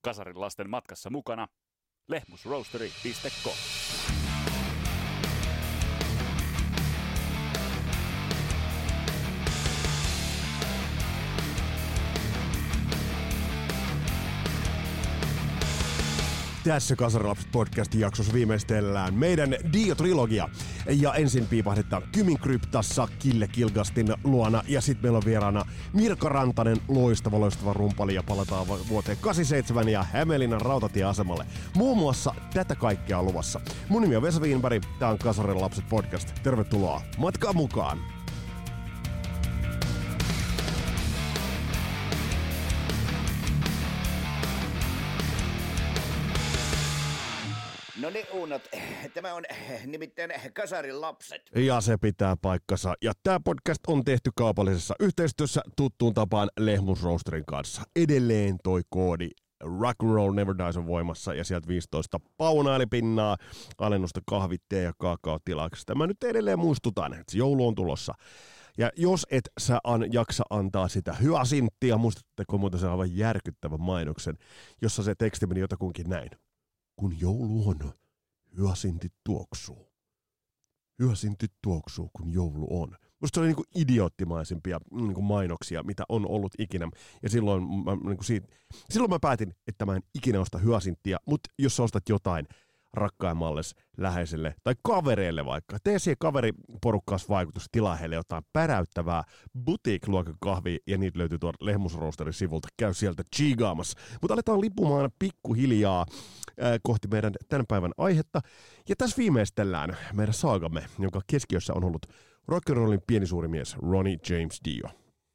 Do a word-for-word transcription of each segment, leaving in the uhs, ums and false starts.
Kasarin lasten matkassa mukana lehmusroasteri piste com. Tässä Kasarilapset podcastin jaksossa viimeistellään meidän Dio-trilogia. Ja ensin piipahdetaan Kymin kryptassa Kille Kilgastin luona. Ja sitten meillä on vieraana Mirka Rantanen, loistava, loistava rumpali. Ja palataan vuoteen kahdeksankymmentäseitsemän ja Hämeenlinnan rautatieasemalle. Muun muassa tätä kaikkea luvassa. Mun nimi on Vesa Wienberg, tää on Kasarilapset podcast. Tervetuloa matkaan mukaan! No niin, Uunot, tämä on nimittäin Kasarin lapset. Ja se pitää paikkansa. Ja tämä podcast on tehty kaupallisessa yhteistyössä tuttuun tapaan Lehmusroasterin kanssa. Edelleen toi koodi Rock'n'Roll Never Dies on voimassa ja sieltä viisitoista paunailipinnaa, alennusta kahvitteen ja kaakaotilauksesta. Mä nyt edelleen muistutan, että se joulu on tulossa. Ja jos et sä an, jaksa antaa sitä hyasinttia, muistatteko muuten se aivan järkyttävän mainoksen, jossa se teksti meni jotakunkin näin. Kun joulu on, hyasintit tuoksuu. Hyasintit tuoksuu, kun joulu on. Musta se oli niinku idioottimaisimpia niinku mainoksia, mitä on ollut ikinä. Ja silloin mä, niinku siitä, silloin mä päätin, että mä en ikinä osta hyasinttia, mutta jos sä ostat jotain rakkaimmalles, läheiselle tai kavereille vaikka, tee siihen kaveriporukkaas vaikutus, tilaa heille jotain päräyttävää boutique-luokan kahvia, ja niitä löytyy tuolta Lehmusroasterin sivulta, käy sieltä chigaamassa. Mutta aletaan lipumaan pikkuhiljaa äh, kohti meidän tämän päivän aihetta, ja tässä viimeistellään meidän saagamme, jonka keskiössä on ollut rock'n'rollin pieni suuri mies Ronnie James Dio.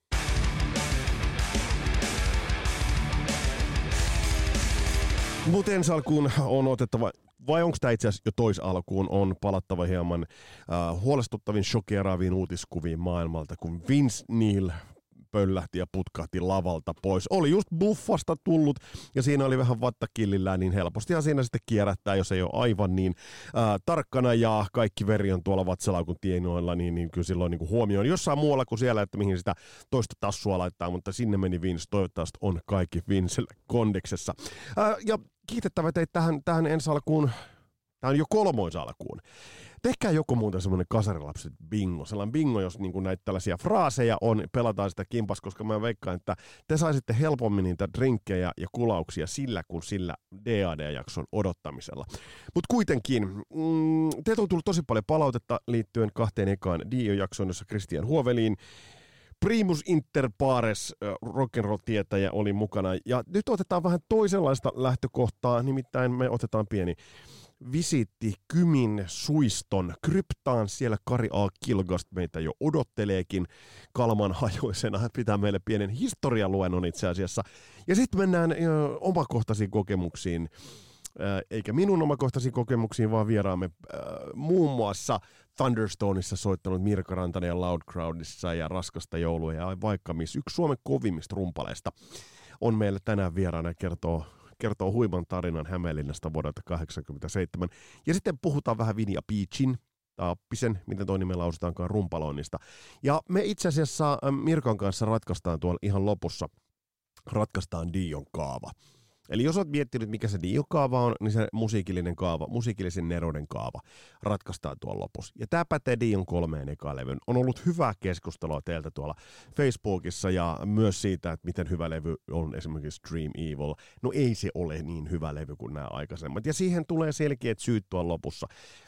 Mutta ensi alkuun on otettava, vai onko tämä itse asiassa jo toisalkuun, on palattava hieman äh, huolestuttavin, shokeraaviin uutiskuviin maailmalta, kun Vince Neil pöllähti ja putkahti lavalta pois. Oli just buffasta tullut ja siinä oli vähän vattakillillään, niin helpostihan siinä sitten kierrättää, jos ei ole aivan niin äh, tarkkana ja kaikki veri on tuolla vatsalaukun tienoilla, niin, niin kyllä silloin niin huomioon jossain muualla kuin siellä, että mihin sitä toista tassua laittaa, mutta sinne meni Vince, toivottavasti on kaikki Vincellä kondiksessa. Äh, ja kiitettävä teitä tähän, tähän ensi alkuun, tämä on jo kolmoisalkuun. Tehkää joku muuten semmoinen Kasarilapset bingo, sellainen bingo, jos niinku näitä tällaisia fraaseja on, pelataan sitä kimpas, koska mä veikkaan, että te saisitte helpommin niitä drinkkejä ja kulauksia sillä kuin sillä D A D-jakson odottamisella. Mutta kuitenkin, mm, teiltä on tullut tosi paljon palautetta liittyen kahteen ekaan Dio-jaksoon, jossa Christian Huoveliin Primus inter pares rock'n'roll-tietäjä oli mukana. Ja nyt otetaan vähän toisenlaista lähtökohtaa, nimittäin me otetaan pieni visiitti Kymin suiston kryptaan. Siellä Kari A. Kilgast meitä jo odotteleekin kalman hajoisena. Pitää meille pienen historialuennon itse asiassa. Ja sitten mennään ö, omakohtaisiin kokemuksiin. Eikä minun omakohtaisiin kokemuksiin, vaan vieraamme äh, muun muassa Thunderstoneissa soittanut Mirka Rantanen ja Loud Crowdissa ja Raskasta joulua ja vaikka missä. Yksi Suomen kovimmista rumpaleista on meillä tänään vieraana ja kertoo, kertoo huiman tarinan Hämeenlinnasta vuodelta kahdeksankymmentäseitsemän. Ja sitten puhutaan vähän Vinja Beachin, tai Appisen, miten toi nimi lausutaankaan, rumpaloinnista. Ja me itse asiassa Mirkan kanssa ratkaistaan tuolla ihan lopussa, ratkaistaan Dion kaava. Eli jos olet miettinyt, mikä se Dio-kaava on, niin se musiikillinen kaava, musiikillisen nerouden kaava ratkaistaan tuolla lopussa. Ja tämä pätee Dion kolmeen ekaan levyyn. On ollut hyvää keskustelua teiltä tuolla Facebookissa ja myös siitä, että miten hyvä levy on esimerkiksi Dream Evil. No ei se ole niin hyvä levy kuin nämä aikaisemmat. Ja siihen tulee selkeät syyt tuolla lopussa.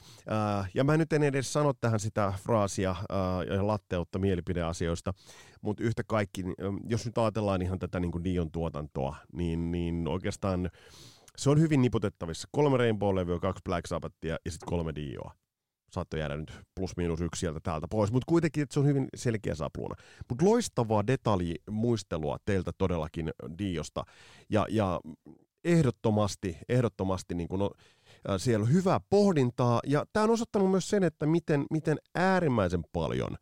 Uh, ja mä nyt en edes sano tähän sitä fraasia uh, ja latteutta mielipideasioista, mutta yhtä kaikki, jos nyt ajatellaan ihan tätä niin kuin Dion tuotantoa, niin, niin oikeastaan se on hyvin niputettavissa. Kolme Rainbow-levyä, kaksi Black Sabbathia ja sitten kolme Dioa. Saattoi jäädä nyt plus miinus yksi sieltä täältä pois, mutta kuitenkin että se on hyvin selkeä sapluuna. Mutta loistavaa detaljimuistelua teiltä todellakin Diosta ja, ja ehdottomasti, ehdottomasti niin kuin no, siellä on hyvää pohdintaa, ja tämä on osoittanut myös sen, että miten, miten äärimmäisen paljon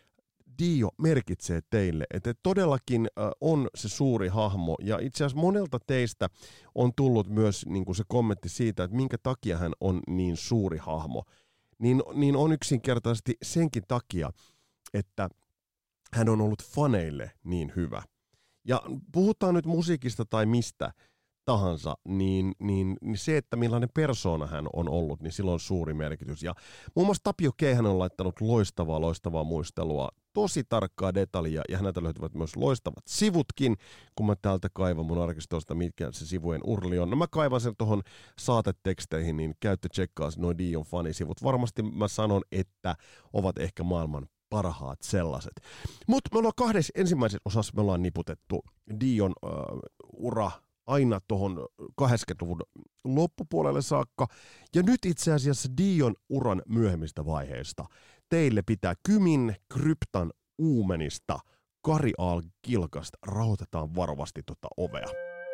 Dio merkitsee teille, että todellakin on se suuri hahmo, ja itse asiassa monelta teistä on tullut myös niin kuin se kommentti siitä, että minkä takia hän on niin suuri hahmo, niin, niin on yksinkertaisesti senkin takia, että hän on ollut faneille niin hyvä. Ja puhutaan nyt musiikista tai mistä tahansa, niin, niin, niin se, että millainen persoona hän on ollut, niin sillä on suuri merkitys. Ja muun muassa Tapio K. hän on laittanut loistavaa, loistavaa muistelua, tosi tarkkaa detaljia, ja häneltä löytyvät myös loistavat sivutkin, kun mä täältä kaivan mun arkistosta, mitkä se sivujen urli on. No mä kaivan sen tuohon saateteksteihin, niin käytte tsekkaa noin Dion fanisivut. Varmasti mä sanon, että ovat ehkä maailman parhaat sellaiset. Mutta me ollaan kahdessa ensimmäisessä osassa me ollaan niputettu Dion äh, ura aina tuohon kahdeksankymmentäluvun loppupuolelle saakka. Ja nyt itse asiassa Dion uran myöhemmistä vaiheista teille pitää Kymin, Kryptan, Uumenista, Kari Aal-Kilkasta. Rahoitetaan varovasti tuota ovea.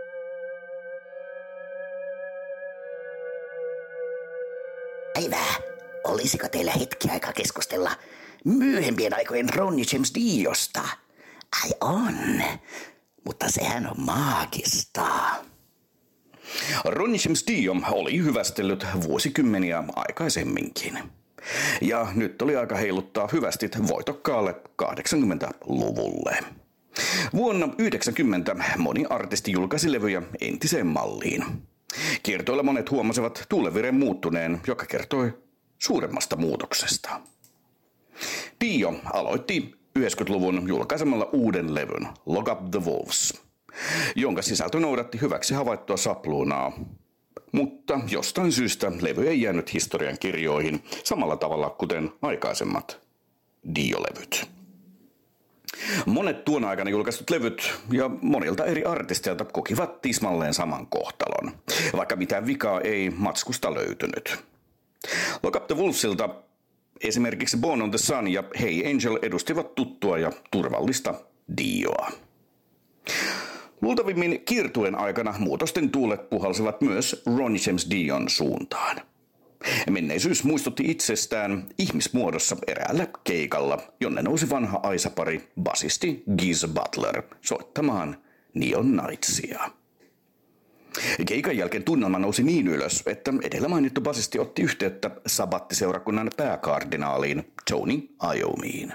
Päivää. Olisiko teillä hetki aikaa keskustella myöhempien aikojen Ronnie James Diosta? Ai on, mutta sehän on maagista. Ronnie James Dio oli hyvästellyt vuosikymmeniä aikaisemminkin. Ja nyt oli aika heiluttaa hyvästit voitokkaalle kahdeksankymmentäluvulle. Vuonna yhdeksänkymmentä moni artisti julkaisi levyjä entiseen malliin. Kiertoilla monet huomasivat tuulenvireen muuttuneen, joka kertoi suuremmasta muutoksesta. Dio aloitti yhdeksänkymmentäluvun julkaisemalla uuden levyn Lock Up the Wolves, jonka sisältö noudatti hyväksi havaittua sapluunaa, mutta jostain syystä levy ei jäänyt historian kirjoihin samalla tavalla kuten aikaisemmat Dio-levyt. Monet tuona aikana julkaistut levyt ja monilta eri artisteilta kokivat tismalleen saman kohtalon, vaikka mitään vikaa ei matskusta löytynyt. Lock Up the Wolvesilta esimerkiksi Born on the Sun ja Hey Angel edustivat tuttua ja turvallista Dioa. Luultavimmin kiertueen aikana muutosten tuulet puhalsivat myös Ronnie James Dion suuntaan. Menneisyys muistutti itsestään ihmismuodossa eräällä keikalla, jonne nousi vanha aisapari basisti Geezer Butler soittamaan Neon Nightsia. Keikan jälkeen tunnelma nousi niin ylös, että edellä mainittu basisti otti yhteyttä Sabbath-seurakunnan pääkardinaaliin Tony Iommiin.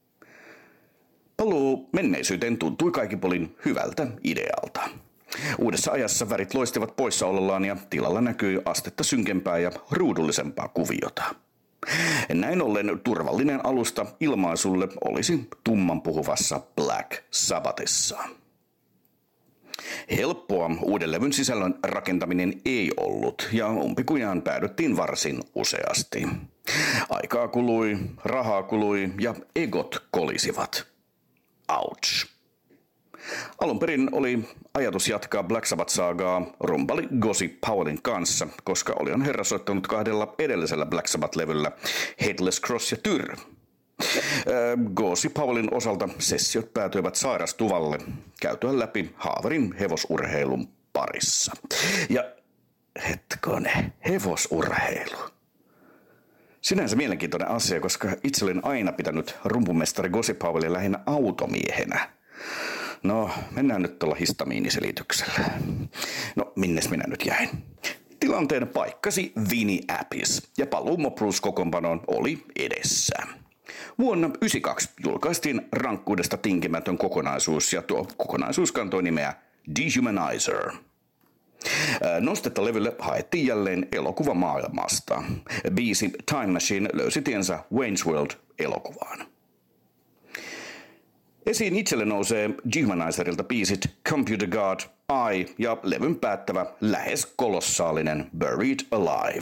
Paluu menneisyyteen tuntui kaikin puolin hyvältä idealta. Uudessa ajassa värit loistivat poissaolollaan ja tilalla näkyi astetta synkempää ja ruudullisempaa kuviota. Näin ollen turvallinen alusta ilmaisulle olisi tumman puhuvassa Black Sabbathissa. Helppoa uuden levyn sisällön rakentaminen ei ollut ja umpikujaan päädyttiin varsin useasti. Aikaa kului, rahaa kului ja egot kolisivat. Ouch. Alun perin oli ajatus jatkaa Black Sabbath-saagaa rumpali Gossi Powellin kanssa, koska olihan herra soittanut kahdella edellisellä Black Sabbath-levyllä Headless Cross ja Tyr. Gossi Powellin osalta sessiot päätyivät sairastuvalle käytyä läpi haaverin hevosurheilun parissa. Ja hetkone, hevosurheilu. Sinänsä mielenkiintoinen asia, koska itse olin aina pitänyt rumpumestari Gossi Powellia lähinnä automiehenä. No, mennään nyt tuolla histamiiniselityksellä. No, minnes minä nyt jäin? Tilanteen paikkasi Vinnie Appice ja paluu Moprus-kokoonpanoon oli edessä. Vuonna yhdeksänkymmentäkaksi julkaistiin rankkuudesta tinkimätön kokonaisuus ja tuo kokonaisuus kantoi nimeä Dehumanizer. Nostetta levylle haettiin jälleen elokuvamaailmasta. Biisi Time Machine löysi tiensä Wayne's World-elokuvaan. Esiin itselle nousee Dehumanizerilta biisit Computer God, I ja levyn päättävä lähes kolossaalinen Buried Alive.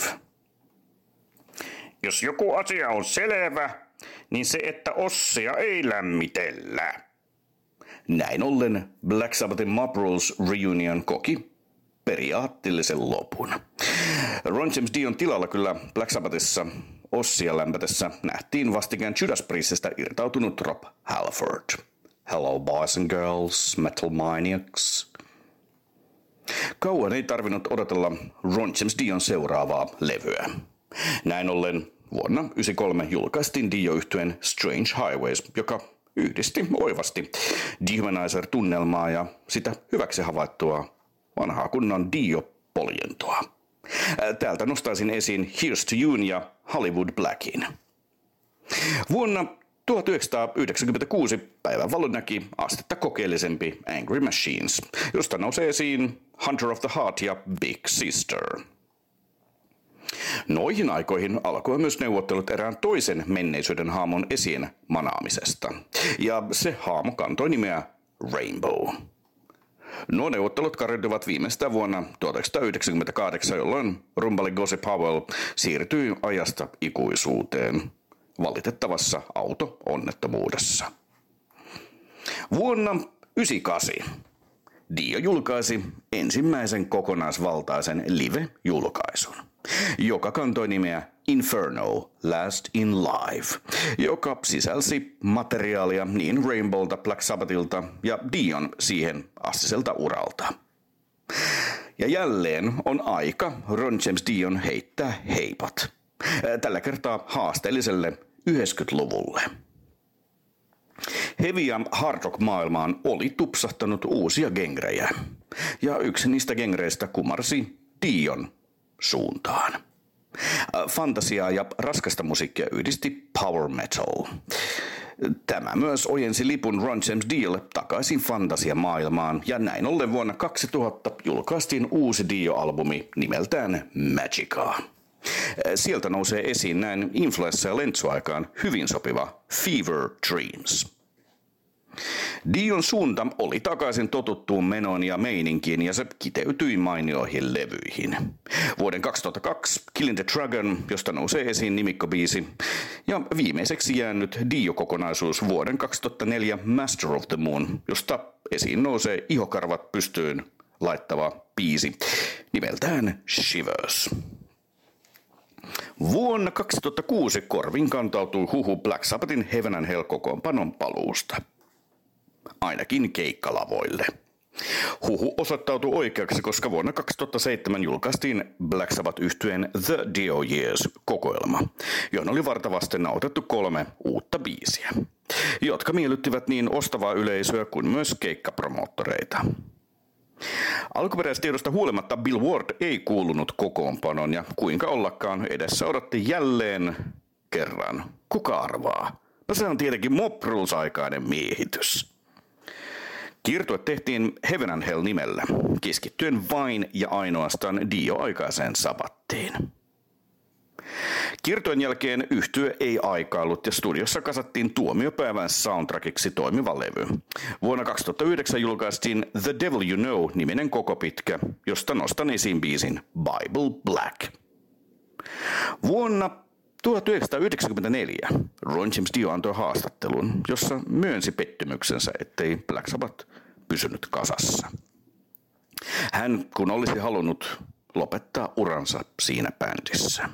Jos joku asia on selvä, niin se, että ossia ei lämmitellä. Näin ollen Black Sabbathin Mob Rules Reunion koki periaatteellisen lopun. Ron James Dion tilalla kyllä Black Sabbathissa ossia lämpätessä nähtiin vastikään Judas Priestistä irtautunut Rob Halford. Hello boys and girls, Metal Maniacs. Kauan ei tarvinnut odotella Ron James Dion seuraavaa levyä. Näin ollen vuonna yhdeksänkymmentäkolme julkaistiin Dio-yhtyeen Strange Highways, joka yhdisti oivasti Dehumanizer-tunnelmaa ja sitä hyväksi havaittua vanhaa kunnon Dio-poljentoa. Täältä nostaisin esiin Here's to You ja Hollywood Blackin. Vuonna tuhatyhdeksänsataayhdeksänkymmentäkuusi päivänvalo näki astetta kokeellisempi Angry Machines, josta nousee esiin Hunter of the Heart ja Big Sister. Noihin aikoihin alkoi myös neuvottelut erään toisen menneisyyden haamon esiin manaamisesta, ja se haamo kantoi nimeä Rainbow. Nuo neuvottelut kariutuivat viimeistään vuonna tuhatyhdeksänsataayhdeksänkymmentäkahdeksan, jolloin rumpali Gussie Powell siirtyi ajasta ikuisuuteen valitettavassa auto-onnettomuudessa. Vuonna yhdeksänkymmentäkahdeksan Dio julkaisi ensimmäisen kokonaisvaltaisen live-julkaisun, joka kantoi nimeä Inferno Last in Life, joka sisälsi materiaalia niin Rainbowlta, Black Sabbathilta ja Dion siihen astiselta uralta. Ja jälleen on aika Ron James Dion heittää heipat. Tällä kertaa haasteelliselle yhdeksänkymmentäluvulle. Heavy- ja hard rock-maailmaan oli tupsahtanut uusia genrejä, ja yksi niistä genreistä kumarsi Dion suuntaan. Fantasiaa ja raskasta musiikkia yhdisti power metal. Tämä myös ojensi lipun Ron James Diolle takaisin fantasiamaailmaan, ja näin ollen vuonna kaksituhatta julkaistiin uusi Dio-albumi nimeltään Magica. Sieltä nousee esiin näin influenssa- ja lentsuaikaan hyvin sopiva Fever Dreams. Dion suunta oli takaisin totuttuun menoon ja meininkiin, ja se kiteytyi mainioihin levyihin. Vuoden kaksituhattakaksi Killing the Dragon, josta nousee esiin nimikkobiisi, ja viimeiseksi jäänyt Dio-kokonaisuus vuoden kaksituhattaneljä Master of the Moon, josta esiin nousee ihokarvat pystyyn laittava biisi nimeltään Shivers. Vuonna kaksituhattakuusi korviin kantautui huhu Black Sabbathin Heaven and Hell -kokoonpanon paluusta. Ainakin keikkalavoille. Huhu osoittautui oikeaksi, koska vuonna kaksituhattaseitsemän julkaistiin Black Sabbath-yhtyeen The Dio Years-kokoelma, johon oli vartavasti nautettu kolme uutta biisiä, jotka miellyttivät niin ostavaa yleisöä kuin myös keikkapromoottoreita. Alkuperäistiedosta huolimatta Bill Ward ei kuulunut kokoonpanon, ja kuinka ollakaan edessä odotti jälleen kerran. Kuka arvaa? No se on tietenkin Mob Rules-aikainen miehitys. Kiertue tehtiin Heaven and Hell nimellä, keskittyen vain ja ainoastaan Dio-aikaiseen Sabbattiin. Kiertojen jälkeen yhtye ei aikaillut ja studiossa kasattiin tuomiopäivän soundtrackiksi toimiva levy. Vuonna kaksituhattayhdeksän julkaistiin The Devil You Know-niminen koko pitkä, josta nostan esiin biisin Bible Black. Vuonna tuhatyhdeksänsataayhdeksänkymmentäneljä Ron James Dio antoi haastattelun, jossa myönsi pettymyksensä, ettei Black Sabbath pysynyt kasassa. Hän kun olisi halunnut lopettaa uransa siinä bändissä.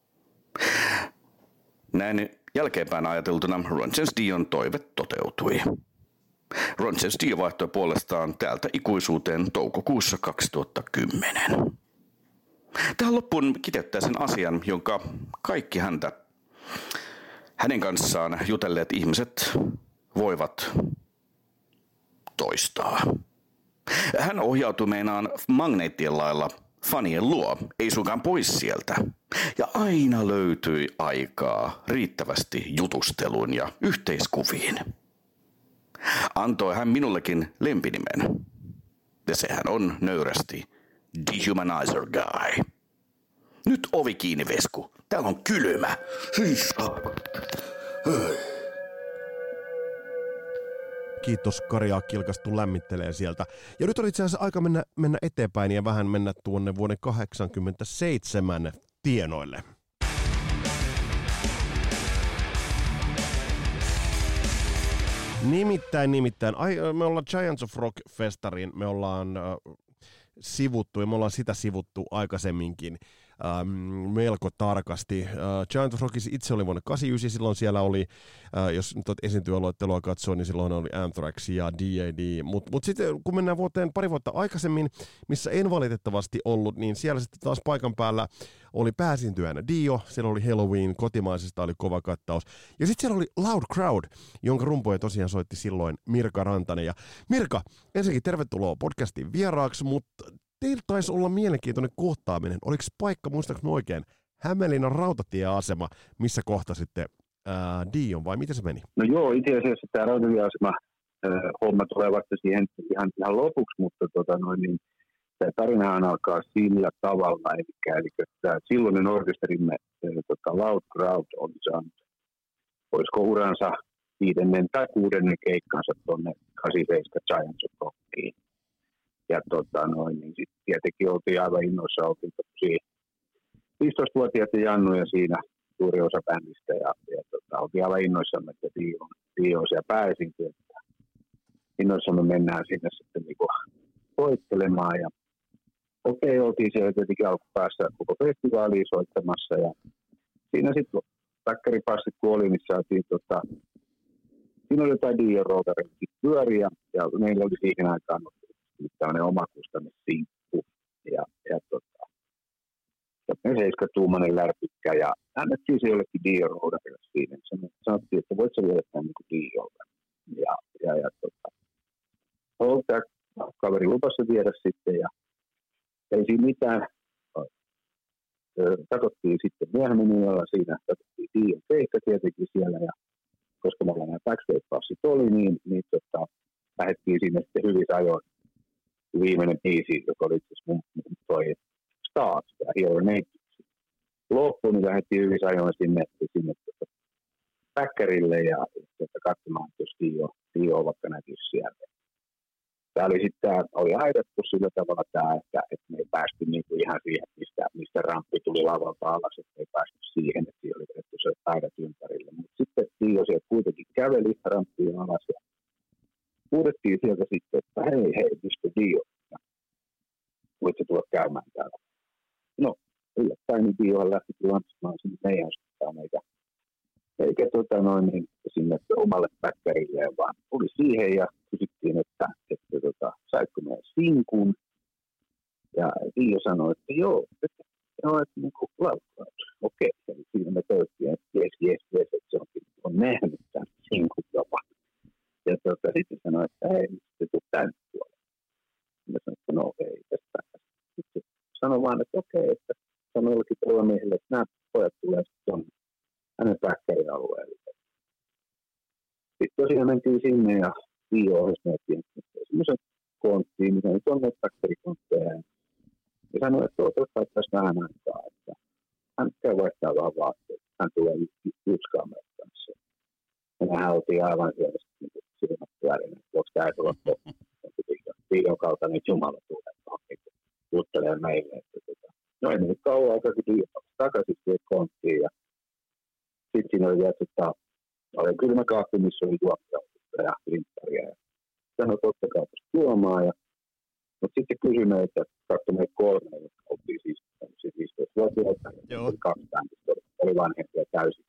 Näin jälkeenpäin ajateltuna Ron James Dion toive toteutui. Ron James Dio vaihtoi puolestaan täältä ikuisuuteen toukokuussa kaksituhattakymmenen. Tähän loppuun kiteyttää sen asian, jonka kaikki häntä, hänen kanssaan jutelleet ihmiset voivat toistaa. Hän ohjautui meinaan magneettien lailla fanien luo, ei suinkaan pois sieltä. Ja aina löytyi aikaa riittävästi jutusteluun ja yhteiskuviin. Antoi hän minullekin lempinimen. Ja sehän on nöyrästi Dehumanizer Guy. Nyt ovi kiinni, Vesku. Täällä on kylmä. Kiitos, Kari Akkilkastu lämmittelee sieltä. Ja nyt on itse asiassa aika mennä, mennä eteenpäin ja vähän mennä tuonne vuoden kahdeksankymmentäseitsemän tienoille. Nimittäin, nimittäin. Ai, me ollaan Giants of Rock-festarin, me ollaan äh, sivuttu ja me ollaan sitä sivuttu aikaisemminkin ähm, melko tarkasti. Äh, Giants of Rockissa itse oli vuonna kahdeksankymmentäyhdeksän, silloin siellä oli, äh, jos nyt esiintyjäluettelua katsoo, niin silloin oli Anthrax ja D A D. Mutta mut sitten kun mennään vuoteen pari vuotta aikaisemmin, missä en valitettavasti ollut, niin siellä sitten taas paikan päällä oli pääesiintyjänä Dio, siellä oli Halloween, kotimaisesta oli kova kattaus. Ja sitten siellä oli Loud Crowd, jonka rumpuja tosiaan soitti silloin Mirka Rantanen. Ja Mirka, ensinnäkin tervetuloa podcastin vieraaksi, mutta teillä taisi olla mielenkiintoinen kohtaaminen. Oliko paikka, muistaakseni oikein, Hämeenlinnan rautatieasema, missä kohtasitte ää, Dion, vai miten se meni? No joo, itse asiassa tämä rautatieasema äh, homma tulee vasta siihen ihan, ihan lopuksi, mutta tota, noin, niin, tämä tarinahan alkaa sillä tavalla, eli, eli tämä silloinen orkesterimme äh, tota, Loud Crowd on saanut, olisiko uransa viidennen tai kuudennen keikkansa tuonne kahdeksankymmentäseitsemän Giants of Rockiin. Ja tota, noin, niin sitten tietenkin oltiin aivan innoissa, oltiin tosi viisitoistavuotiaat ja Jannuja siinä suuri osa bändistä ja, ja tota, oltiin aivan innoissamme, että Dio, Dio siellä pääsinkin, että innoissamme mennään sinne sitten niinku soittelemaan ja okei, okay, oltiin siellä tietenkin alkupäässä koko festivaaliin soittamassa ja siinä sitten päkkäripassit kun oli, niin saatiin tota, siinä oli jotain Dio Rotarin pyöriä ja meillä oli siihen aikaan tämmöinen omakustannussimppu ja, ja tota, seiskatuumainen lärpykkä ja annettiin se jollekin Dio Rodarille siinä. Sanottiin, että voit sä viedä tämän niin kuin Diolle. Ja, ja, ja tota, tämä kaveri lupasi viedä sitten ja ei siinä mitään. Katsottiin sitten myöhemmin illalla siinä, katsottiin Dion keikka tietenkin siellä ja koska mulla nämä backstage-passit oli, niin, niin tota, lähdettiin sinne sitten hyvissä ajoin. Viimeinen biisi, joka oli itse mun, mun toi Stars ja Hero Native. Loppuun niin lähdettiin hyvissä ajoin sinne, sinne tuota, päkkärille ja tuota, katsomaan, että jos Dio, Dio vaikka näkyisi siellä. Tämä oli sitten, oli aidattu sillä tavalla tämä, että, että me ei päästy niinku ihan siihen, mistä, mistä ramppi tuli lavalta alas, että me ei päästy siihen, että siinä oli vedetty se aidat ympärille. Mutta sitten Dio sieltä kuitenkin käveli ramppiin alas ja huudettiin sieltä sitten, että hei, hei, mistä Dio? Voitko tulla käymään täällä? No, yllättäen niin Diohan lähti lanssimaan sinne meidän suuntaan, eikä, eikä tota noin, niin sinne omalle päkkärilleen, vaan tuli siihen ja kysyttiin, että, että tota, saitko meidän sinkun? Ja Dio sanoi, että joo, että no, että niin kuin laukkaus. Okei, eli siinä me toivottiin, että jes, jes, jes, että se onkin on nähnyt tämän sinkun jopa. Ja tota, sitten sanoi, että hei, se tuu tänne puolelle. Ja sanoin, että no ei, tästä. Sitten sanoi vaan, että okei, että sanoi jollekin turvamiehelle, että nämä pojat tulee sitten tuonne hänen päkkärialueelle. Sitten tosiaan mentiin sinne ja Dio ohjasi meitä semmoisen konttiin, mitä nyt on näitä päkkärikontteja. Ja sanoi, että otetaan tässä vähän aikaa, että hän käy vaihtaa vaan vaatteet. Hän tulee ykskaan meidän kanssa. Ja mehän oltiin aivan siellä sitten silmät pyörin, että voiko tämä tulla Dion kautta nyt Jumala tulee tuohon juttelee meille. Että, että, no ei mennyt kauan aikaa, kun Dio takaisin siihen konttiin. Ja sitten siinä oli vielä tota, oli kylmä kahvi, missä oli juomajautta ja limppariä. Ja sanoi, että ottakaa tuosta juomaa. Ja, mutta sitten kysyi meitä, katsoi meitä kolme, jotka oltiin siis viisitoistavuotiaita. Oli kaksi bändistä, oli vanhempia täysin.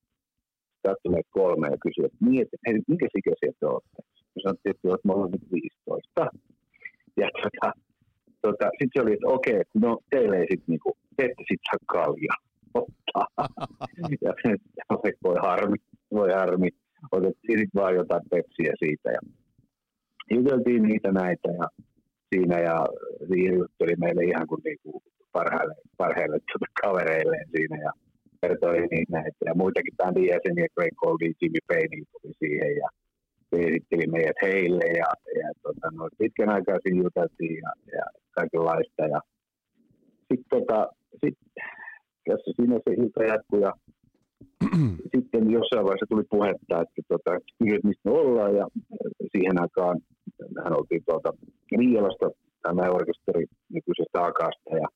Katsoi meitä kolme ja kysyi, että hei, minkä ikäisiä te olette? Me sanottiin, että me ollaan nyt viisitoista. Ja tota, tota, sitten se oli, että okei, okay, no teille ei sitten niinku, te ette sitten saa kaljaa ottaa. Ja voi harmi, voi harmi. Otettiin sitten vaan jotain pepsiä siitä ja juteltiin niitä näitä ja siinä ja siihen jutteli meille ihan kuin niinku parhaille, parhaille tuota kavereilleen siinä ja kertoi niitä näitä ja muitakin bändin jäseniä, Greg Goldie, Jimmy Payne tuli siihen ja esitteli meidät heille ja, ja tota, no, pitkän aikaa siinä juteltiin ja, ja kaikenlaista ja sitten tota, sit, tässä siinä se ilta jatkui ja sitten jossain vaiheessa tuli puhetta, että tota, mistä me ollaan ja siihen aikaan mehän oltiin tuolta Riialasta, tämä orkesteri nykyisestä Akasta ja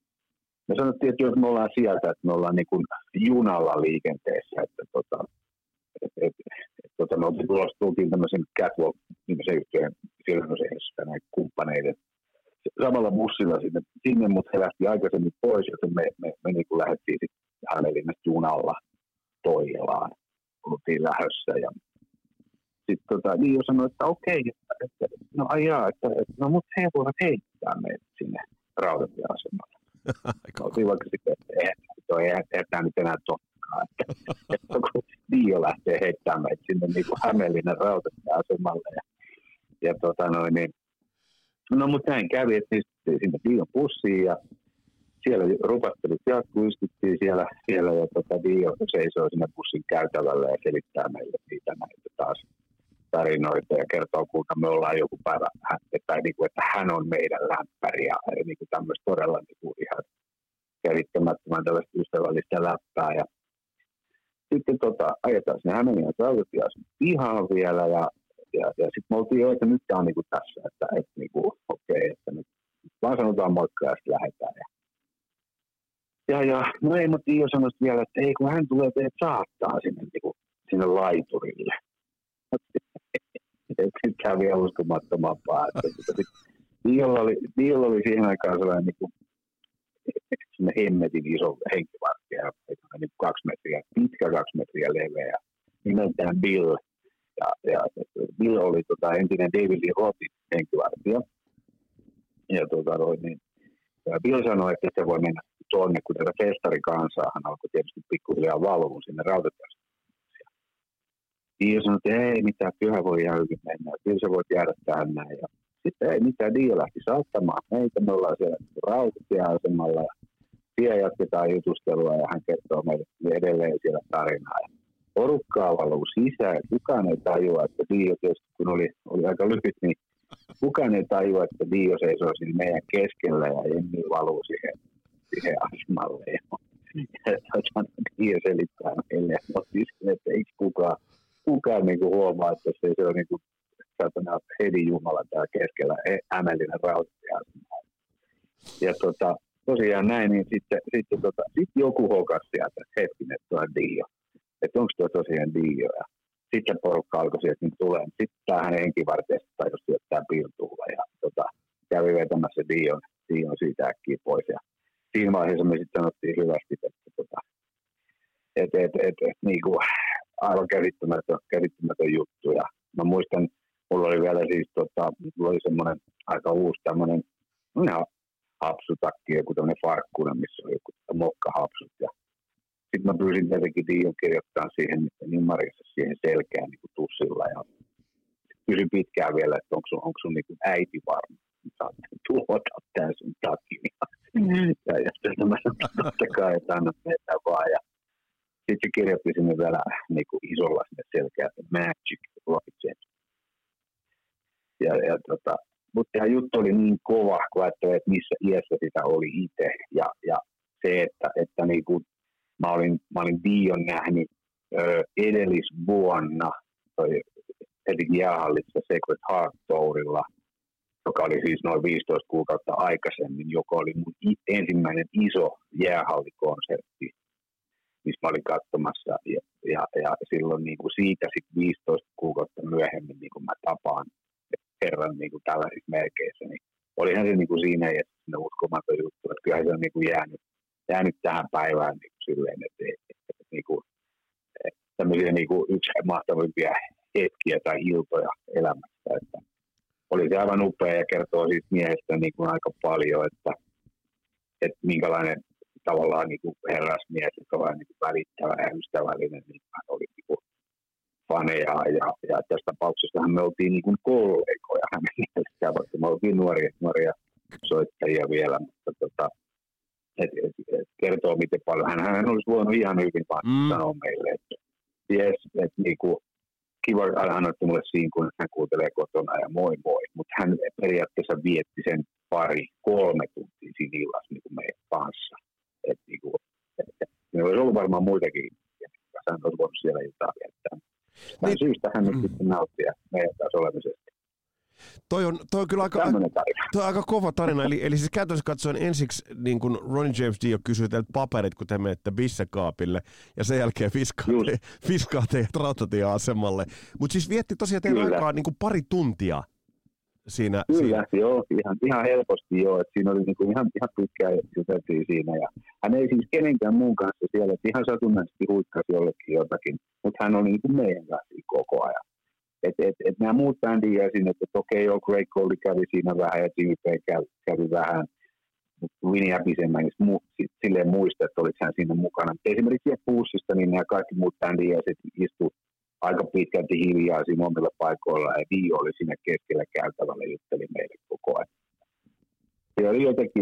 me sanottiin, että jos me ollaan sieltä, että me ollaan niin kuin junalla liikenteessä, että tota, et, et, et, tota, me tultiin tämmöisen Catwalk-nimisen yhtiön silmänosehdessä näitä kumppaneiden samalla bussilla sinne, sinne, mutta he lähti aikaisemmin pois, joten me, me, me niin kuin lähdettiin sitten Hämeenlinnasta junalla Toijalaan, oltiin lähdössä ja sitten tota, Dio sanoi, että okei, että, että no ajaa, että, että no mutta he voivat heittää meidät sinne rautatieasemalle. Oltiin vaikka sitten, että eihän, eihän, eihän tämä nyt enää tottakaan, että, että kun Dio lähtee heittämään meidät sinne niin kuin Hämeenlinnan rautatieasemalle ja, ja tota noin niin, no mutta näin kävi, että sinne Dion bussiin ja siellä rupattelut jatkuu, istuttiin siellä, siellä ja tota, Dio seisoo siinä bussin käytävällä ja selittää meille siitä näitä taas tarinoita ja kertoo, kuinka me ollaan joku päivä, että, niin kuin, että hän on meidän lämpäri ja niin kuin tämmöistä todella niin kuin ihan käsittämättömän tällaista ystävällistä läppää. Ja sitten tota, ajetaan sinne Hämeenlinnan Rautatiehen pihaan vielä ja, ja, ja sitten me oltiin jo, että nyt tämä on niin kuin tässä, että, että niin kuin, okei, okay, että nyt vaan sanotaan moikka ja sitten lähdetään. Ja, ja, ja no ei, mutta Dio sanoi vielä, että ei kun hän tulee teidät saattaa sinne, niin kuin, sinne laiturille. Tämä on vielä uskomattomampaa. Diolla oli, Diolla oli siihen aikaan sellainen niin kuin, hemmetin iso henkivartija, niin kaksi metriä, pitkä kaksi metriä leveä, nimeltään Bill. Ja, ja Bill oli tota, entinen David Lee Rothin henkivartija. Ja, tota, niin, ja Bill sanoi, että se voi mennä tuonne, kun tätä festarikansaa hän alkoi tietysti pikkuhiljaa valvoa sinne Rautatiehen. Dio sanoi, että ei mitään, pyhä voi ihan hyvin mennä, kyllä sä voit jäädä tähän näin. Ja sitten ei mitään, Dio lähti saattamaan meitä, me ollaan siellä Rautatieasemalla ja siellä jatketaan jutustelua ja hän kertoo meille edelleen siellä tarinaa. Ja porukkaa valuu sisään ja kukaan ei tajua, että Dio tietysti kun oli, oli aika lyhyt, niin kukaan ei tajua, että Dio seisoo siinä meidän keskellä ja Emmi valuu siihen, siihen asemalle. Ja Dio selittää meille, että eikö kukaan kukaan niinku huomaa, että se, se on niinku satana Hedi Jumala täällä keskellä Hämeenlinnan Rautatieasemalla. Ja tota, tosiaan näin, niin sitten, sitten tota, sit joku hokas sieltä, että hetkinen, että tuo on Dio. Että onko tuo tosiaan Dio? Ja sitten porukka alkoi sieltä niin tulee. Sitten tämä hänen henkivartijasta tajusi sieltä piirtuulla ja tota, kävi vetämässä Dion, Dion siitä äkkiä pois. Ja siinä vaiheessa me sitten sanottiin hyvästi, että tota, et, et, et, et, niinku, aivan käsittämätön, käsittämätön juttu. Ja mä muistan, mulla oli vielä siis, tota, mulla oli semmoinen aika uusi tämmöinen, no ihan hapsutakki, joku tämmöinen farkkunen, missä oli joku mokkahapsut. Ja sitten mä pyysin tietenkin Dion kirjoittaa siihen nimmarissa siihen selkään niin kuin tussilla. Ja kysyin pitkään vielä, että onko sun, onko sun niin kuin äiti varma. Saatte tuota tää sun takin. Ja, ja sitten mä sanoin, totta kai, että anna meitä vaan. Ja sitten se kirjoitti sinne vielä niin kuin isolla sinne selkeä, Magic Rocket. Ja, ja tota, mutta tämä juttu oli niin kova, kun ajattelin, että missä iässä sitä oli itse. Ja, ja se, että, että niin kuin, mä olin, mä olin Dion nähnyt ö, edellisvuonna Helsingin jäähallissa Sacred Heart Tourilla, joka oli siis noin viisitoista kuukautta aikaisemmin, joka oli mun ensimmäinen iso jäähallikonsertti, missä mä olin katsomassa. Ja, ja, ja silloin niin kuin siitä sit viisitoista kuukautta myöhemmin niin kuin mä tapaan kerran niin kuin tällaisissa merkeissä, niin olihan se niin kuin siinä ja siinä uskomaton juttu, että kyllähän se on niin kuin jäänyt, jäänyt tähän päivään niin kuin silleen, että, että, että niin kuin, tämmöisiä niin kuin yksi mahtavimpia hetkiä tai iltoja elämästä, että oli se aivan upea ja kertoo siitä miehestä niin kuin aika paljon, että, että minkälainen tavallaan niin kuin herrasmies, joka on niin kuin välittävä ja ystävällinen, niin hän oli niin kuin faneja ja, ja tässä tapauksessa me oltiin niin kuin kollegoja hänen mielestään, vaikka me oltiin nuoria, nuoria soittajia vielä, mutta tota, et, et, et kertoo miten paljon. Hän, hän olisi voinut ihan hyvin vaan mm. sanoa meille, että jes, että niinku, kiva, hän otti mulle siinä, kun hän kuuntelee kotona ja moi moi, mutta hän periaatteessa vietti sen pari, kolme tuntia siinä illassa niin kuin meidän kanssa. Et, niinku, et, et, ne olisi ollut varmaan muitakin, ja hän olisi voinut siellä jotain viettää. Tämän niin, syystä hän nyt mm. sitten nauttia meidän kanssa olemisesta. Toi on, toi on kyllä aika, toi on aika kova tarina. Eli, eli siis käytännössä katsoen ensiksi niin kun Ronnie James Dio kysyy teiltä paperit, kun te menette bissekaapille, ja sen jälkeen fiskaa teidät rautatieasemalle. Mutta siis vietti tosiaan teidän aikaa niin kuin pari tuntia siinä. Kyllä, siinä. joo, ihan, ihan helposti joo. Et siinä oli niin kuin ihan, ihan pitkään juteltiin siinä. Ja hän ei siis kenenkään muun kanssa siellä, että ihan satunnaisesti huikkasi jollekin jotakin, mutta hän oli niin kuin meidän kanssa koko ajan. Että et, et nämä muut bändit jäi sinne, että okei, okay, joo, Greg Coley kävi siinä vähän ja Jimmy Page kävi, kävi vähän, mutta Winnie Appice mä en silleen muista, että oliko hän siinä mukana. Mutta esimerkiksi Pussista, niin nämä kaikki muut bändit jäiset istu aika pitkälti hiljaa siinä omilla paikoilla, ja Dio oli siinä keskellä käytävällä, jutteli meille koko ajan. Se oli jotenkin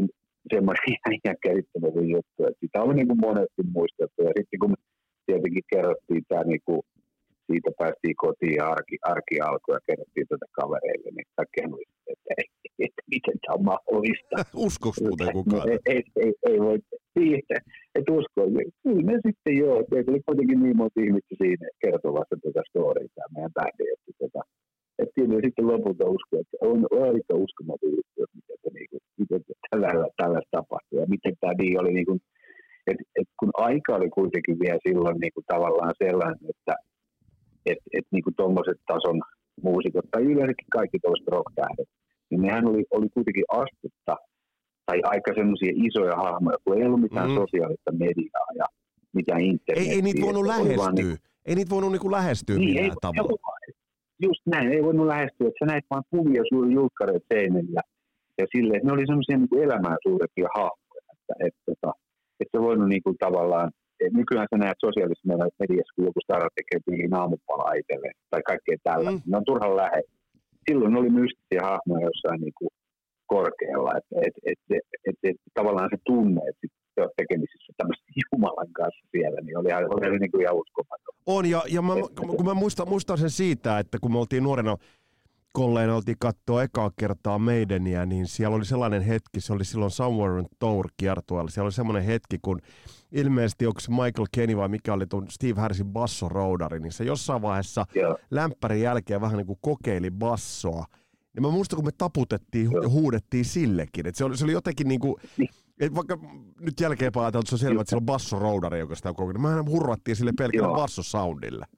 semmoinen ihan, ihan käsittämätön juttu, että sitä oli niin kuin monesti muistettu. Ja sitten kun tietenkin kerrottiin tämä, niin kuin, siitä päästiin kotiin ja arki, arki alkoi ja kerrottiin tätä kavereille, niin kaikkihan oli, että, että, että miten tämä on mahdollista. Uskoiko muuten kukaan? No, ei, ei, ei, ei voi siihen, että usko. Kyllä ne sitten joo, että oli kuitenkin niin monta ihmistä siinä kertovassa tätä storya, tämä meidän bändi, että, että, että kyllä sitten lopulta uskoo, että on aika uskomaton juttu, että miten, että, niin kuin, miten tällä, tällaista tapahtui ja miten tämä niin oli, niin kuin, että, että kun aika oli kuitenkin vielä silloin niin kuin tavallaan sellainen, että että et, niin kuin tuommoiset tason muusikot tai yleensäkin kaikki tuollaiset rock-tähdet, niin nehän oli, oli kuitenkin astetta tai aika semmoisia isoja hahmoja, kun ei ollut mitään mm. sosiaalista mediaa ja mitään internetiä. Ei, ei niitä voinut lähestyä. Niin, ei niitä voinut niinku lähestyä niin, millään ei, tavalla. Just näin, ei voinut lähestyä. Että sä näit vaan kuvia julkkareet seinillä ja silleen, että ne oli semmoisia niin kuin elämään suurempia hahmoja. Että, että, että, että se voinut niin kuin tavallaan, nykyään sä näet sosiaalisessa mediassa, kun joku stara tekee tyyliin aamupalaa itselleen tai kaikkea tällä. Mm. Ne on turhan lähellä. Silloin oli mystisiä hahmoja jossain niin kuin korkealla. Että et, et, et, et, et, tavallaan se tunne, että se on tekemisissä tämmöisen Jumalan kanssa siellä, niin oli, oli niin kuin ihan uskomaton. On, ja, ja mä, kun mä muistan, muistan sen siitä, että kun me oltiin nuorena kolleina, oltiin katsoa ekaa kertaa Maideniä, niin siellä oli sellainen hetki, se oli silloin Somewhere in Tour-kiertueella, siellä oli semmoinen hetki, kun ilmeisesti onko se Michael Kenny vai mikä oli tuon Steve Harrisin bassoroudari, niin se jossain vaiheessa yeah. lämpärin jälkeen vähän niin kuin kokeili bassoa. Ja mä muistan, kun me taputettiin yeah. ja huudettiin sillekin, että se oli, se oli jotenkin niin kuin, et vaikka nyt jälkeenpäin ajatellaan, että se on selvä, että siellä on bassoroudari, joka sitä on kokeillut. Mehän hurrattiin sille pelkällä bassosoundille.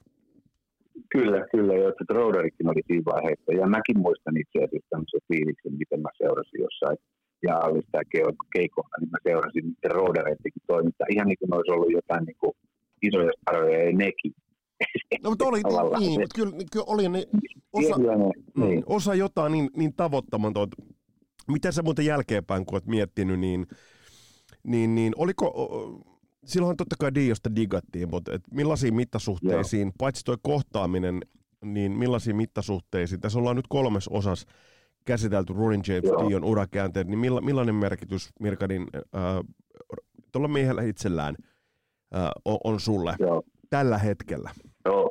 Kyllä, kyllä, jo, että roudarikin oli siinä vaiheessa. Ja mäkin muistan itse asiassa tämmöisen fiiliksen, miten mä seurasin jossain. Ja oli sitä keikolla, niin mä seurasin niiden roudareittenkin toimintaa. Ihan niin kuin olisi ollut jotain niin kuin isoja staroja ja nekin. No mutta oli niin, mutta kyllä, kyllä oli ne, osa, niin. osa jotain niin, niin tavoittamatonta. Miten sä muuten jälkeenpäin, kun olet miettinyt, niin, niin, niin oliko... Silloinhan totta kai Diosta digattiin, mutta et millaisiin mittasuhteisiin, Joo. paitsi tuo kohtaaminen, niin millaisiin mittasuhteisiin, tässä ollaan nyt kolmes osas käsitelty Ronnie James Joo. Dion urakäänteet, niin milla, millainen merkitys Mirkadin äh, tuolla miehellä itsellään äh, on, on sulle Joo. tällä hetkellä? Joo.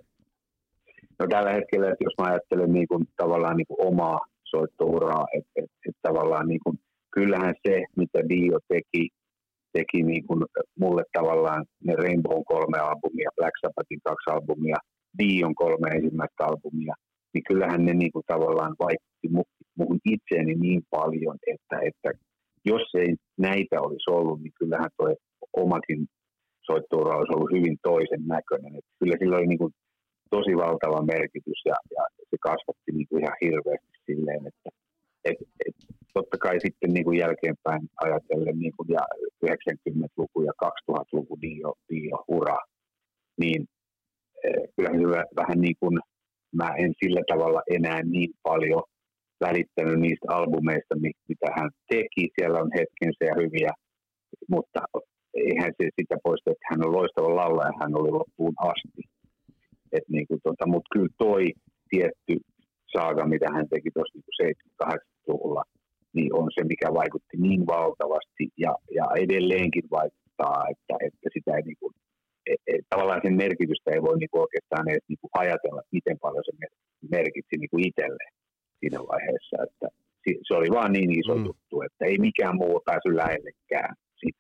No tällä hetkellä, että jos mä ajattelen niin kuin, tavallaan niin kuin omaa soittouraa, että et, et tavallaan niin kuin, kyllähän se, mitä Dio teki, teki niin kuin mulle tavallaan ne Rainbown kolme albumia, Black Sabbathin kaksi albumia, Dion kolme ensimmäistä albumia, niin kyllähän ne niin kuin tavallaan vaikutti muhun itseeni niin paljon, että, että jos ei näitä olisi ollut, niin kyllähän tuo omakin soittoura olisi ollut hyvin toisen näköinen. Että kyllä sillä oli niin kuin tosi valtava merkitys ja, ja se kasvatti niin kuin ihan hirveästi silleen, että et, et, totta kai sitten niin kuin jälkeenpäin ajatellen niin kuin ja yhdeksänkymmentäluku ja kaksituhattaluku Dio, Dio ura, niin eh, kyllähän se vähän niin kuin mä en sillä tavalla enää niin paljon välittänyt niistä albumeista, mitä hän teki. Siellä on hetkensä ja hyviä, mutta eihän se sitä poista, että hän on loistava laulaja, hän oli loppuun asti. Niin tota, mutta kyllä toi tietty saaga, mitä hän teki tuossa niin seitsemänkymmentä-kahdeksankymmentäluvulla, niin on se, mikä vaikutti niin valtavasti ja, ja edelleenkin vaikuttaa, että, että sitä ei niin kuin, et, et, tavallaan sen merkitystä ei voi niin kuin oikeastaan edes niin kuin ajatella, miten paljon se merkitsi niin kuin itselleen siinä vaiheessa, että se oli vaan niin iso mm. juttu, että ei mikään muu päässyt lähellekään sitä.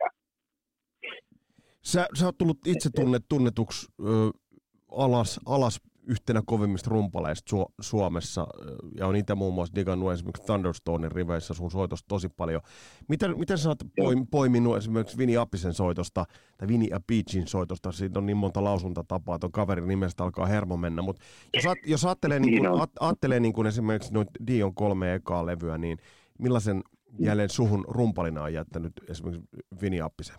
Sä, sä oot tullut itse tunnet, tunnetuksi ö, alas, alas yhtenä kovimmista rumpaleista Su- Suomessa, ja on itse muun muassa digannut esimerkiksi Thunderstonein riveissä sun soitosta tosi paljon. Miten, miten sä oot poim- poiminut esimerkiksi Vini Appisen soitosta, tai Vini Appicin soitosta, siitä on niin monta lausuntatapaa, ton kaverin nimestä alkaa hermo mennä, mutta jos, jos ajattelee, niin kuin, ajattelee niin kuin esimerkiksi noita Dion kolme ekaa levyä, niin millaisen jälleen suhun rumpalina on jättänyt esimerkiksi Vini Appisen?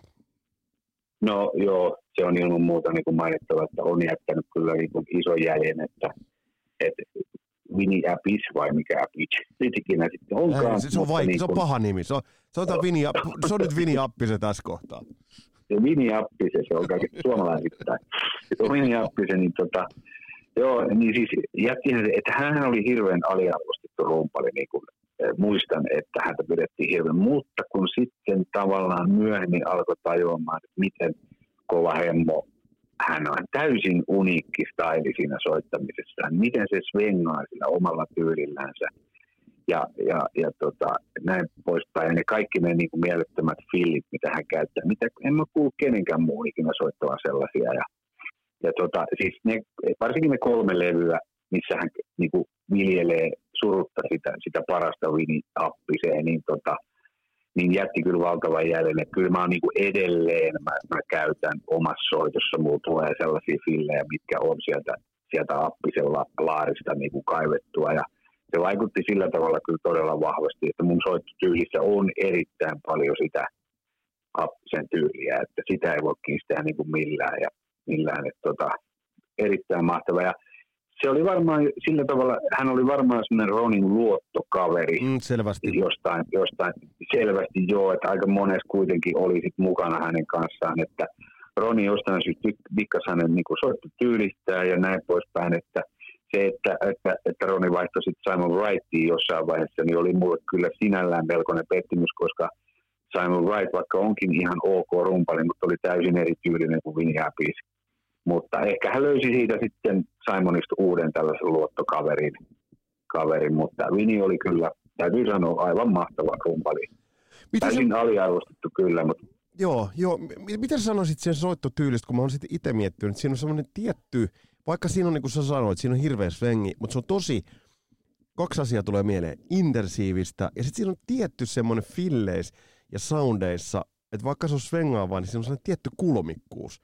No joo, se on ilman muuta niin kuin mainittava, että on jättänyt kyllä niin kuin ison jäljen, että, että Vini Appis vai mikä Appis, ikinä sitten onkaan. Ei, se on vaikea, niin se on paha nimi, se on, se on, Vini, se on nyt Vini Appisen tässä kohtaa. Se Vini Appisen, se on kaikki suomalaisittain. Se Vini Appisen, niin tota, joo, niin siis jättihän se, että hän oli hirveän aliarvostettu rumpali niin kuin muistan, että häntä pidettiin hirveän, mutta kun sitten tavallaan myöhemmin alkoi tajuamaan, että miten kova hemmo hän on täysin uniikki staili siinä soittamisessaan, miten se svengaa sillä omalla tyylillänsä ja, ja, ja tota, näin poispäin. Ja ne kaikki ne niin kuin mielettömät fillit, mitä hän käyttää, mitä en mä kuullut kenenkään muun ikinä soittavan sellaisia. Ja, ja tota, siis ne, varsinkin ne kolme levyä, missä hän niin kuin viljelee surutta sitä, sitä parasta Winnie-appiseen, niin, tota, niin jätti kyllä valtavan jäljen. Kyllä mä oon niin kuin edelleen, mä, mä käytän omassa soitossa, mulla tulee sellaisia fillejä, mitkä on sieltä, sieltä appisen laarista niin kuin kaivettua. Ja se vaikutti sillä tavalla kyllä todella vahvasti, että mun soittotyylissä on erittäin paljon sitä appisen tyyliä, että sitä ei voi kiistää niin kuin millään. Ja millään että tota, erittäin mahtava. Ja se oli varmaan sillä tavalla, hän oli varmaan semmoinen Ronin luottokaveri. Mm, selvästi. Jostain, jostain, selvästi joo, että aika monessa kuitenkin oli sit mukana hänen kanssaan, että Roni jostain syystä dikkas hänen niin soittotyylistään ja näin poispäin, että se, että, että, että Roni vaihtoi sitten Simon Wrightiin jossain vaiheessa, niin oli mulle kyllä sinällään melkoinen pettymys, koska Simon Wright, vaikka onkin ihan ok rumpali, mutta oli täysin erityylinen kuin Vinnie Appice. Mutta ehkä hän löysi siitä sitten Simonista uuden tällaisen luottokaverin, kaverin, mutta Vinnie oli kyllä, täytyy sanoa, aivan mahtava rumpali. Täysin se aliarvostettu kyllä, mutta... Joo, joo. M- miten sä sanoisit sen soittotyylistä, kun mä oon sitten itse miettinyt, että siinä on semmoinen tietty, vaikka siinä on niin kuin sä sanoit, siinä on hirveä svengi, mutta se on tosi, kaksi asiaa tulee mieleen, intensiivistä, ja sitten siinä on tietty semmoinen filleis ja soundeissa, että vaikka se on svengaavaa, niin siinä on semmoinen tietty kulmikkuus.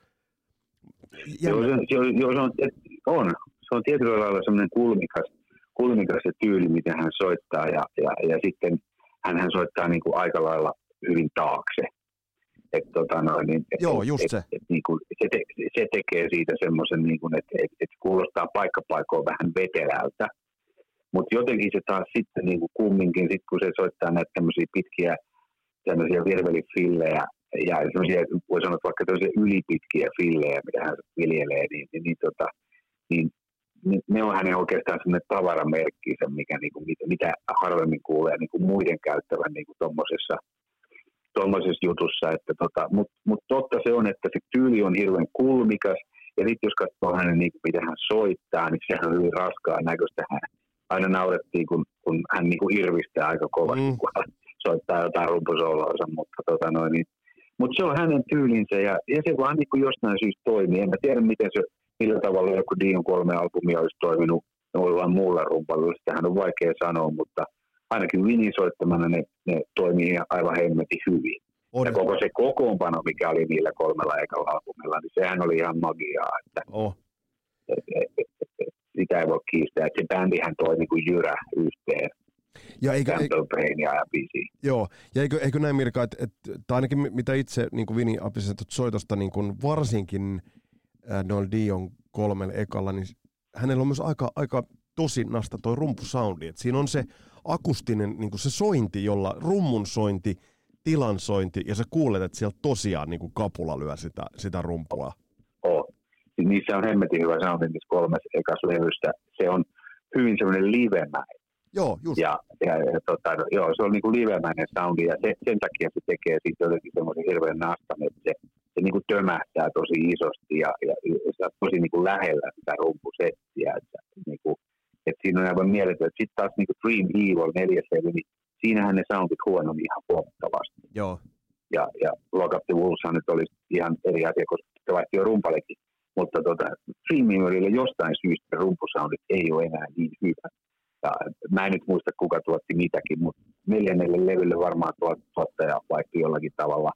Joo, se, se, on, se, on, on. Se on tietyllä lailla semmoinen kulmikas, kulmikas se tyyli, mitä hän soittaa, ja, ja, ja sitten hän, hän soittaa niin kuin aika lailla hyvin taakse. Et, tota noin, niin, et, Joo, just et, se. Et, et, niin kuin, se, te, se tekee siitä semmoisen, niin kuin, että et, et kuulostaa paikkapaikoon vähän vetelältä, mutta jotenkin se taas sitten niin kuin kumminkin, sit kun se soittaa näitä tämmöisiä pitkiä tämmöisiä virvelifillejä, ja semmoisia, voi sanoa, että vaikka tämmöisiä ylipitkiä fillejä, mitä hän viljelee, niin, niin, niin, tota, niin ne on hänen oikeastaan semmoinen tavaramerkkinsä, mikä, niin kuin, mitä harvemmin kuulee niin kuin muiden käyttävän niin kuin tommosessa, tommosessa jutussa. Tota, Mutta mut totta se on, että se tyyli on hirveän kulmikas, ja sitten jos katsoo hänen, niin kuin, mitä hän soittaa, niin sehän on hyvin raskaan näköistä. Hän aina naurettiin, kun, kun hän niin kuin irvistää aika kovasti, mm. kun hän soittaa jotain rumpusooloansa, mutta tota noin, niin Mutta se on hänen tyylinsä ja, ja se vaan niin kuin jostain syystä toimii. En mä tiedä, miten se, millä tavalla joku Dion kolme albumia olisi toiminut jollain muulla rumpalilla. Sitähän on vaikea sanoa, mutta ainakin Vinnie soittamana ne, ne toimii aivan hemmetin hyvin. On. Ja koko se kokoonpano, mikä oli niillä kolmella ekalla albumilla, niin sehän oli ihan magiaa. Että oh. et, et, et, et, et, sitä ei voi kiistää. Et se bändihän toi niin kuin jyrä yhteen. Ja eikö, eikö, ja joo, ja eikö, eikö näin Mirka, että, että tai ainakin mitä itse niin Vinnie Appicen soitosta niin kuin varsinkin äh, noilla Dion kolmella ekalla, niin hänellä on myös aika, aika tosinasta toi rumpusoundi, että siinä on se akustinen niin kuin se sointi, jolla rummun sointi, tilan sointi, ja sä kuulet, että siellä tosiaan niin kuin kapula lyö sitä, sitä rumpua. Oh. Niissä on hemmetin hyvä soundi niissä kolmessa ekassa levyssä. Se on hyvin semmoinen livemäinen. Joo, just. Ja, ja, ja tota, joo, se on niin kuin livemäinen soundi, ja se, sen takia se tekee siitä jotenkin semmoisen hirveän nastan, että se, se niin kuin tömähtää tosi isosti ja, ja, ja tosi niin kuin lähellä sitä rumpusettiä. Että, niin kuin, että siinä on aivan mieletön. Sitten taas niin kuin Dream Evil neljäs levy, niin siinähän ne soundit huononi ihan huomattavasti. Joo. Ja, ja Lock Up the Wolveshan nyt olisi ihan eri asia, koska se vaihti jo rumpalekin. Mutta tota, Dream Evilille jostain syystä rumpusoundit ei ole enää niin hyvä. Ja mä en nyt muista, kuka tuotti mitäkin, mutta neljännelle levylle varmaan tuottaja vaihtui jollakin tavalla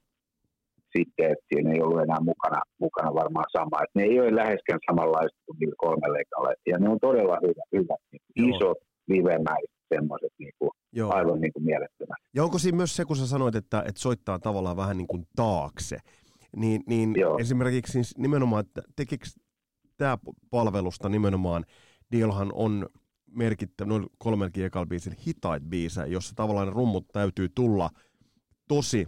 sitten, että siinä ei ollut enää mukana, mukana varmaan sama. Että ne ei ole läheskään samanlaista kuin niillä kolmella ekalla. Ja ne on todella hyvä, hyvä niin isot, livemäiset, semmoiset niin kuin, aivan niin kuin mielettömät. Ja onko siinä myös se, kun sä sanoit, että, että soittaa tavallaan vähän niin kuin taakse, niin, niin esimerkiksi siis nimenomaan, että tekikö tämä palvelusta nimenomaan, Diolhan on merkittävä, noin kolmellakin ekalla biisillä hitaita biisejä, jossa tavallaan ne rummut täytyy tulla tosi,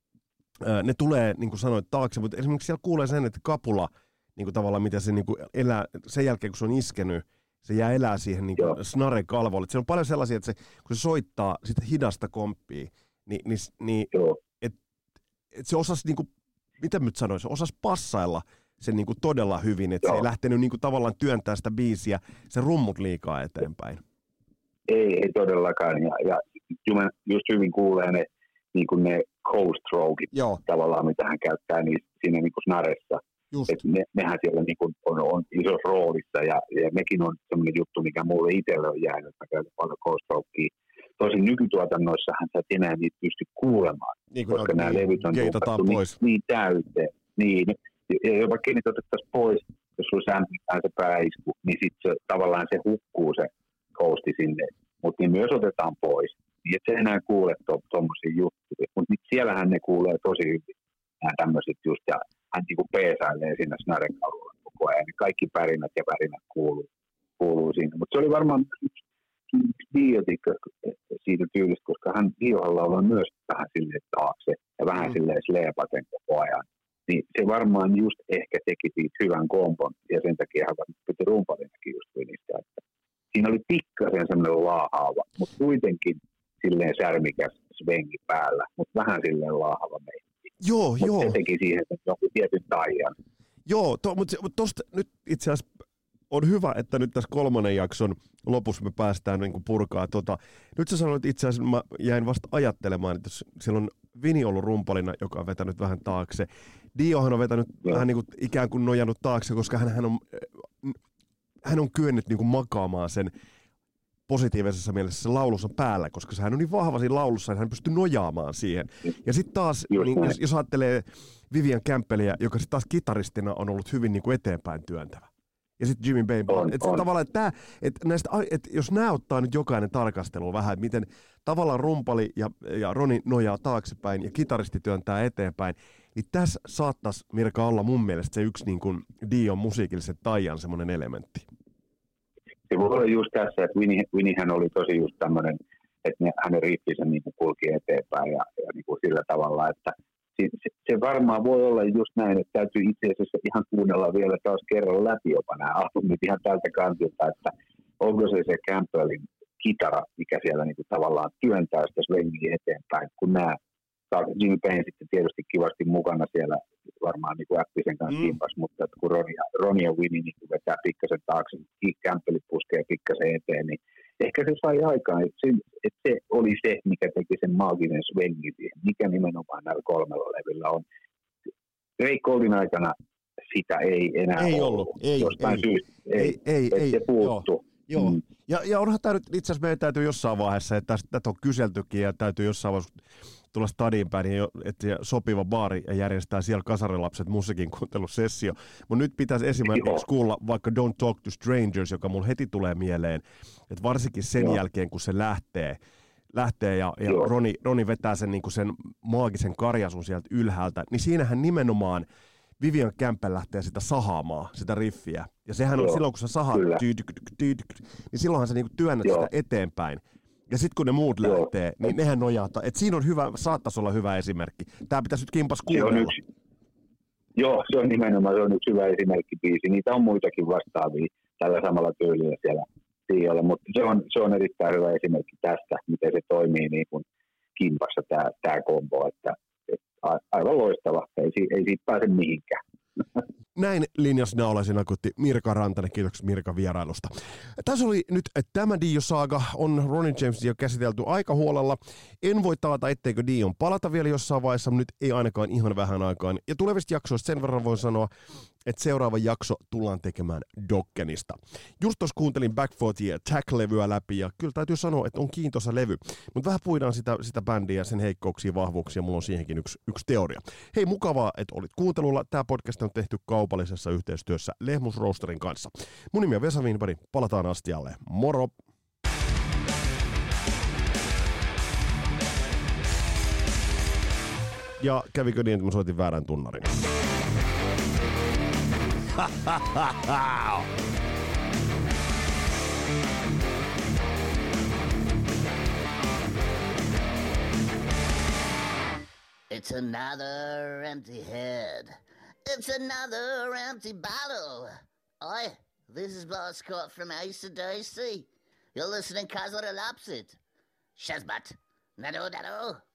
ää, ne tulee, niin kuin sanoit, taakse, mutta esimerkiksi siellä kuulee sen, että kapula, niin kuin tavallaan mitä se niin kuin elää, sen jälkeen kun se on iskenyt, Se jää elää siihen niin kuin snaren kalvolle. Se on paljon sellaisia, että se, kun se soittaa sitä hidasta komppia, niin, niin, niin että et se osasi, niin kuin, mitä nyt sanoisi, osasi passailla sen niin kuin todella hyvin, että se ei lähtenyt niin kuin tavallaan työntää sitä biisiä, se rummut liikaa eteenpäin. Ei, ei todellakaan. Ja, ja just hyvin kuulee ne, niin kuin ne co-strokit tavallaan, mitä hän käyttää niin, siinä niin kuin snaressa. Että ne, nehän siellä niin kuin on, on isossa roolissa ja, ja nekin on sellainen juttu, mikä mulle itselle on jäänyt, että mä käytän paljon co-strokea. Tosin nykytuotannoissahan sä et enää niitä pysty kuulemaan, niin koska nämä niin, levyt on tuopattu niin, niin täyteen. Niin, ja jopa kiinni otettaisiin pois, jos sulla sämpitään se pääisku, niin sitten se, tavallaan se hukkuu se kousti sinne, mutta niin myös otetaan pois. Niin et sä enää kuule tuommoisia to, juttuja, mutta siellähän ne kuulee tosi hyvin, nämä tämmöiset just, ja hän niin kuin peesailee siinä snarekaudella koko ajan, niin kaikki pärinät ja värinät kuuluu, kuuluu siinä. Mutta se oli varmaan yksi Dio-tikka siitä tyylistä, koska hän Diohalla on myös vähän silleen taakse ja vähän mm. silleen sleepaten koko ajan. Niin se varmaan just ehkä teki siitä hyvän kompon, ja sen takia hän piti rumpalinakin just niistä, että siinä oli pikkasen semmoinen laahaava, mutta kuitenkin silleen särmikäs svengi päällä, mutta vähän silleen laahaava meitä. Joo, mut joo. Se teki siihen jonkun tietyn taian. Joo, to, mutta tuosta nyt itse asiassa on hyvä, että nyt tässä kolmannen jakson lopussa me päästään niin kuin purkaa. Tota, nyt sä sanoit itse asiassa, mä jäin vasta ajattelemaan, että jos siellä on Vini ollut rumpalina, joka on vetänyt vähän taakse. Diohan on vetänyt joo. vähän niin kuin ikään kuin nojannut taakse, koska hän, hän on, hän on kyennyt niin kuin makaamaan sen positiivisessa mielessä se laulussa päällä, koska hän on niin vahva siinä laulussa, että hän pystyy nojaamaan siihen. Ja sitten taas, niin, jos, jos ajattelee Vivian Campbellia, joka sitten taas kitaristina on ollut hyvin niin kuin eteenpäin työntävä. Ja sitten Jimmy Baby. Että tavallaan, että, tää, että näistä, että jos nämä ottaa nyt jokainen tarkastelu vähän, että miten tavallaan rumpali ja, ja Roni nojaa taaksepäin ja kitaristi työntää eteenpäin, niin tässä saattaisi, Mirka, olla mun mielestä se yksi niin kuin Dion musiikillisen taian semmoinen elementti. Se voi olla just tässä, että Winnie, Winniehän oli tosi just tämmöinen, että ne, hänen riippinsä niin kulki eteenpäin ja, ja niin kuin sillä tavalla, että se, se, se varmaan voi olla just näin, että täytyy itse asiassa ihan kuunnella vielä taas kerran läpi jopa nämä albumit ihan tältä kantilta, että onko se se Campbellin kitara, mikä siellä niin kuin tavallaan työntää sitä swengiä eteenpäin, kun nämä Jimmy Payne sitten tietysti kivasti mukana siellä varmaan niin kuin Äppisen kanssa mm. kimpas, mutta kun Ron ja, Ron ja Winnie niin kuin vetää pikkasen taakse, Keith Campbell puskee pikkasen eteen, niin ehkä se sai aikaan, että se, että se oli se, mikä teki sen maaginen swengi siihen, mikä nimenomaan näillä kolmella levyllä on. Ray Goldin aikana sitä ei enää ei ollut. ollut. Ei, jostain ei, syystä. Ei, ei, ei, se puuttuu. Joo. Joo. Mm. Ja, ja onhan tämä nyt itse asiassa meidän täytyy jossain vaiheessa, että tästä on kyseltykin ja täytyy jossain vaiheessa tulla stadiin päin, että sopiva baari ja järjestää siellä kasarilapset musiikin kuuntelusessio. Mutta nyt pitäisi esimerkiksi kuulla vaikka Don't Talk to Strangers, joka mulla heti tulee mieleen, että varsinkin sen Joo. jälkeen, kun se lähtee, lähtee ja, ja Roni, Roni vetää sen, niin kuin sen maagisen karjasun sieltä ylhäältä, niin siinähän nimenomaan Vivian Campbell lähtee sitä sahaamaan, sitä riffiä. Ja sehän on Joo, silloin, kun sä sahaat, niin silloinhan sä niinku työnnät Joo. sitä eteenpäin. Ja sitten kun ne muut Joo. lähtee, niin nehän nojaa. Että siinä on hyvä, saattaisi olla hyvä esimerkki. Tää pitäisi nyt kimpas kuunnella. Yksi, joo, se on nimenomaan se on yksi hyvä esimerkki biisi. Niitä on muitakin vastaavia tällä samalla tyylillä siellä Diolla. Mutta se on, se on erittäin hyvä esimerkki tästä, miten se toimii niin kuin kimpassa tämä tää kombo. Että aivan loistava. Ei, ei siitä pääse mihinkään. Näin linjassa naulaisin akutti Mirka Rantanen. Kiitoksia Mirka vierailusta. Tässä oli nyt tämä Dio-saaga. On Ronnie James jo käsitelty aika huolella. En voi taata, etteikö Dion palata vielä jossain vaiheessa, mutta nyt ei ainakaan ihan vähän aikaan. Ja tulevista jaksoista sen verran voin sanoa, että seuraava jakso tullaan tekemään Dokkenista. Just tuossa kuuntelin Back forty ja Attack-levyä läpi, ja kyllä täytyy sanoa, että on kiintoisa levy. Mutta vähän puidaan sitä, sitä bändiä ja sen heikkouksia, vahvuuksia, mulla on siihenkin yksi, yksi teoria. Hei, mukavaa, että olit kuuntelulla. Tämä podcast on tehty kaupallisessa yhteistyössä Lehmus Roasterin kanssa. Mun nimi on Vesa Wienberg, palataan astialle. Moro! Ja kävikö niin, että mä soitin väärän tunnarin? It's another empty head. It's another empty bottle. Oi, This is Boss Scott from A C D C. You're listening Kaiser Lapsit. Shazbat. Nado, nado.